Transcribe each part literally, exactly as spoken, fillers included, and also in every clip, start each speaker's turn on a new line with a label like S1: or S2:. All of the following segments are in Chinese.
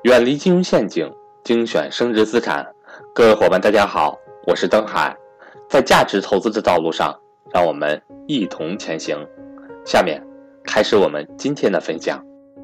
S1: 远离金融陷阱，精选升值资产。各位伙伴大家好，我是登海。在价值投资的道路上，让我们一同前行。下面开始我们今天的分享。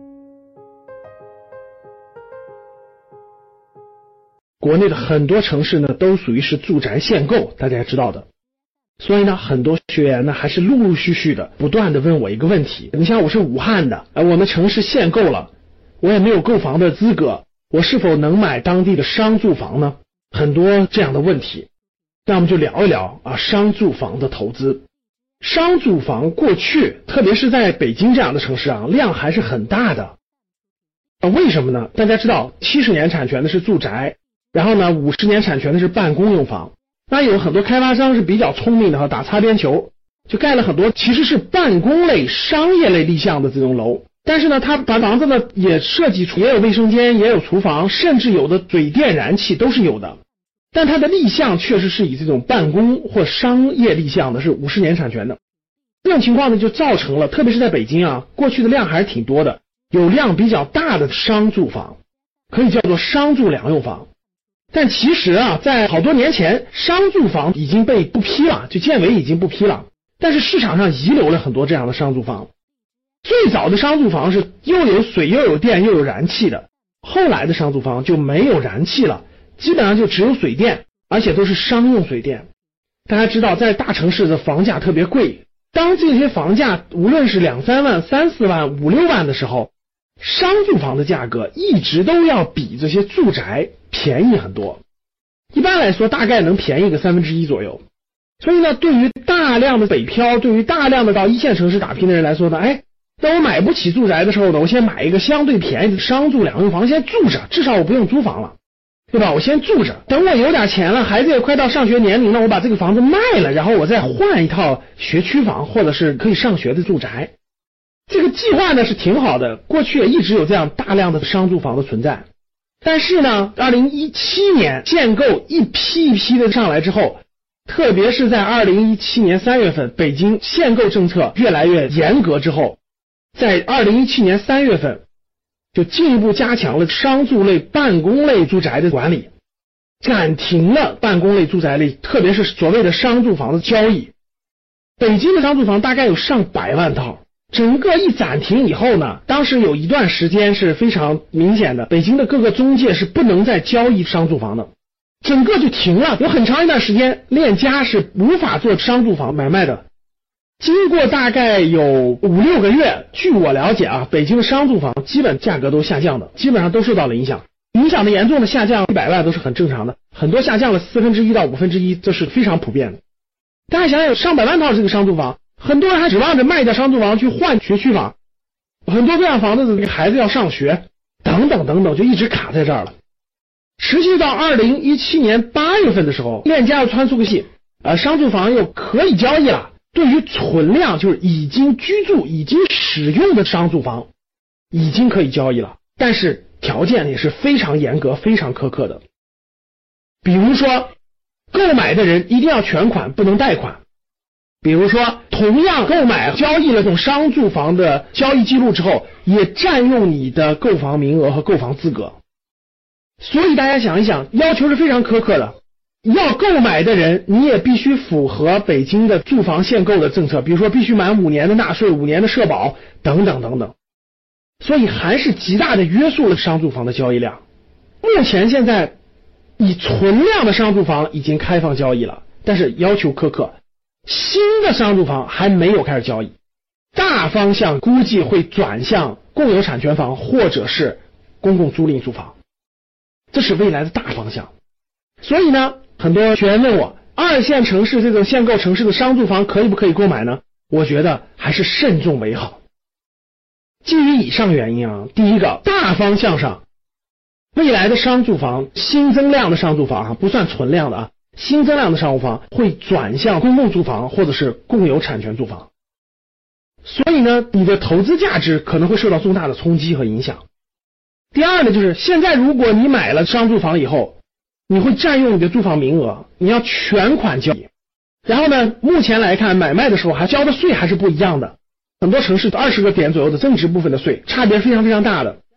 S2: 国内的很多城市呢，都属于是住宅限购，大家也知道的。所以呢，很多学员呢，还是陆陆续续的不断的问我一个问题：你像我是武汉的，呃，我们城市限购了，我也没有购房的资格，我是否能买当地的商住房呢？很多这样的问题，那我们就聊一聊啊，商住房的投资。商住房过去，特别是在北京这样的城市啊，量还是很大的。啊，为什么呢？大家知道，七十年产权的是住宅，然后呢，五十年产权的是办公用房。那有很多开发商是比较聪明的哈，打擦边球，就盖了很多其实是办公类、商业类立项的这种楼。但是呢，他把房子呢也设计出，也有卫生间，也有厨房，甚至有的水电燃气都是有的。但它的立项确实是以这种办公或商业立项的，是五十年产权的。这种情况呢，就造成了，特别是在北京啊，过去的量还是挺多的，有量比较大的商住房，可以叫做商住两用房。但其实啊，在好多年前，商住房已经被不批了，就建委已经不批了。但是市场上遗留了很多这样的商住房。最早的商住房是又有水又有电又有燃气的，后来的商住房就没有燃气了，基本上就只有水电，而且都是商用水电。大家知道，在大城市的房价特别贵，当这些房价无论是两三万、三四万、五六万的时候，商住房的价格一直都要比这些住宅便宜很多，一般来说大概能便宜个三分之一左右。所以呢，对于大量的北漂，对于大量的到一线城市打拼的人来说呢，哎，当我买不起住宅的时候呢，我先买一个相对便宜的商住两用房，先住着，至少我不用租房了，对吧？我先住着，等我有点钱了，孩子也快到上学年龄了，我把这个房子卖了，然后我再换一套学区房或者是可以上学的住宅。这个计划呢是挺好的，过去也一直有这样大量的商住房的存在。但是呢，二零一七年限购一批一批的上来之后，特别是在二零一七年三月份，北京限购政策越来越严格之后，在二零一七年三月份就进一步加强了商住类、办公类住宅的管理，暂停了办公类住宅类，特别是所谓的商住房的交易。北京的商住房大概有上百万套。整个一暂停以后呢，当时有一段时间是非常明显的，北京的各个中介是不能再交易商住房的，整个就停了。有很长一段时间，链家是无法做商住房买卖的。经过大概有五六个月，据我了解啊，北京的商住房基本价格都下降的，基本上都受到了影响。影响的严重的下降一百万都是很正常的，很多下降了四分之一到五分之一，这是非常普遍的。大家想想，上百万套这个商住房，很多人还指望着卖掉商住房去换学区房，很多这样房子的孩子要上学，等等等等，就一直卡在这儿了。持续到二零一七年八月份的时候，链家又穿出个戏，呃，商住房又可以交易了。对于存量，就是已经居住、已经使用的商住房，已经可以交易了，但是条件也是非常严格、非常苛刻的。比如说，购买的人一定要全款，不能贷款。比如说，同样购买交易了这种商住房的交易记录之后，也占用你的购房名额和购房资格。所以大家想一想，要求是非常苛刻的。要购买的人，你也必须符合北京的住房限购的政策，比如说必须满五年的纳税、五年的社保等等等等。所以还是极大的约束了商住房的交易量。目前现在以存量的商住房已经开放交易了，但是要求苛刻。新的商住房还没有开始交易，大方向估计会转向共有产权房或者是公共租赁住房，这是未来的大方向。所以呢，很多学员问我，二线城市这种限购城市的商住房可以不可以购买呢？我觉得还是慎重为好。基于以上原因啊，第一个，大方向上，未来的商住房新增量的商住房啊，不算存量的啊，新增量的商务房会转向公共住房或者是共有产权住房，所以呢，你的投资价值可能会受到重大的冲击和影响。第二呢，就是现在如果你买了商住房以后，你会占用你的住房名额，你要全款交易。然后呢，目前来看，买卖的时候还交的税还是不一样的，很多城市二十个点左右的增值部分的税，差别非常非常大的。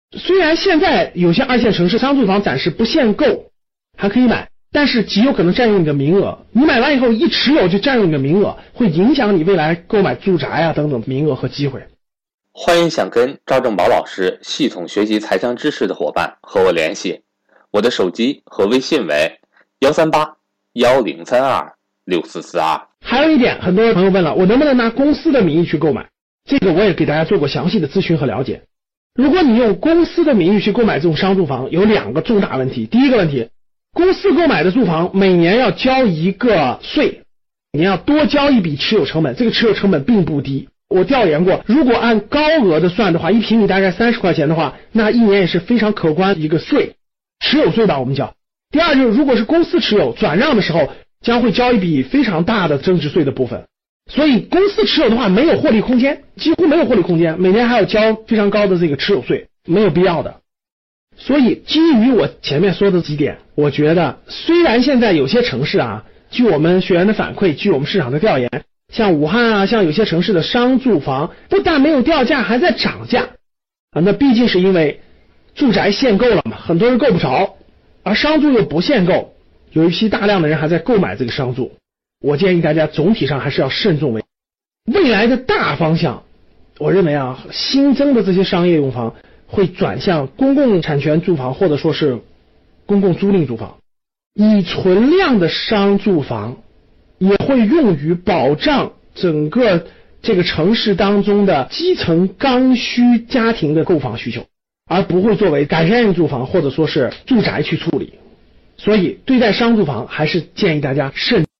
S2: 虽然现在有些二线城市商住房暂时不限购，还可以买，但是极有可能占用你的名额。你买完以后一持有就占用你的名额，会影响你未来购买住宅啊等等名额和机会。
S1: 欢迎想跟赵正宝老师系统学习财商知识的伙伴和我联系，我的手机和微信为幺三八幺零三二六四四二。
S2: 还有一点，很多朋友问了，我能不能拿公司的名义去购买？这个我也给大家做过详细的咨询和了解。如果你用公司的名义去购买这种商住房，有两个重大问题。第一个问题，公司购买的住房每年要交一个税，你要多交一笔持有成本，这个持有成本并不低。我调研过，如果按高额的算的话，一平米大概三十块钱的话，那一年也是非常可观一个税，持有税吧我们叫。第二就是如果是公司持有转让的时候，将会交一笔非常大的增值税的部分。所以公司持有的话没有获利空间，几乎没有获利空间，每年还要交非常高的这个持有税，没有必要的。所以基于我前面说的几点，我觉得虽然现在有些城市啊，据我们学员的反馈，据我们市场的调研，像武汉啊，像有些城市的商住房不但没有掉价，还在涨价啊。那毕竟是因为住宅限购了嘛，很多人够不着，而商住又不限购，有一批大量的人还在购买这个商住。我建议大家总体上还是要慎重为未来的大方向。我认为啊，新增的这些商业用房会转向公共产权住房或者说是公共租赁住房，已存量的商住房也会用于保障整个这个城市当中的基层刚需家庭的购房需求，而不会作为改善性住房或者说是住宅去处理。所以对待商住房还是建议大家慎重。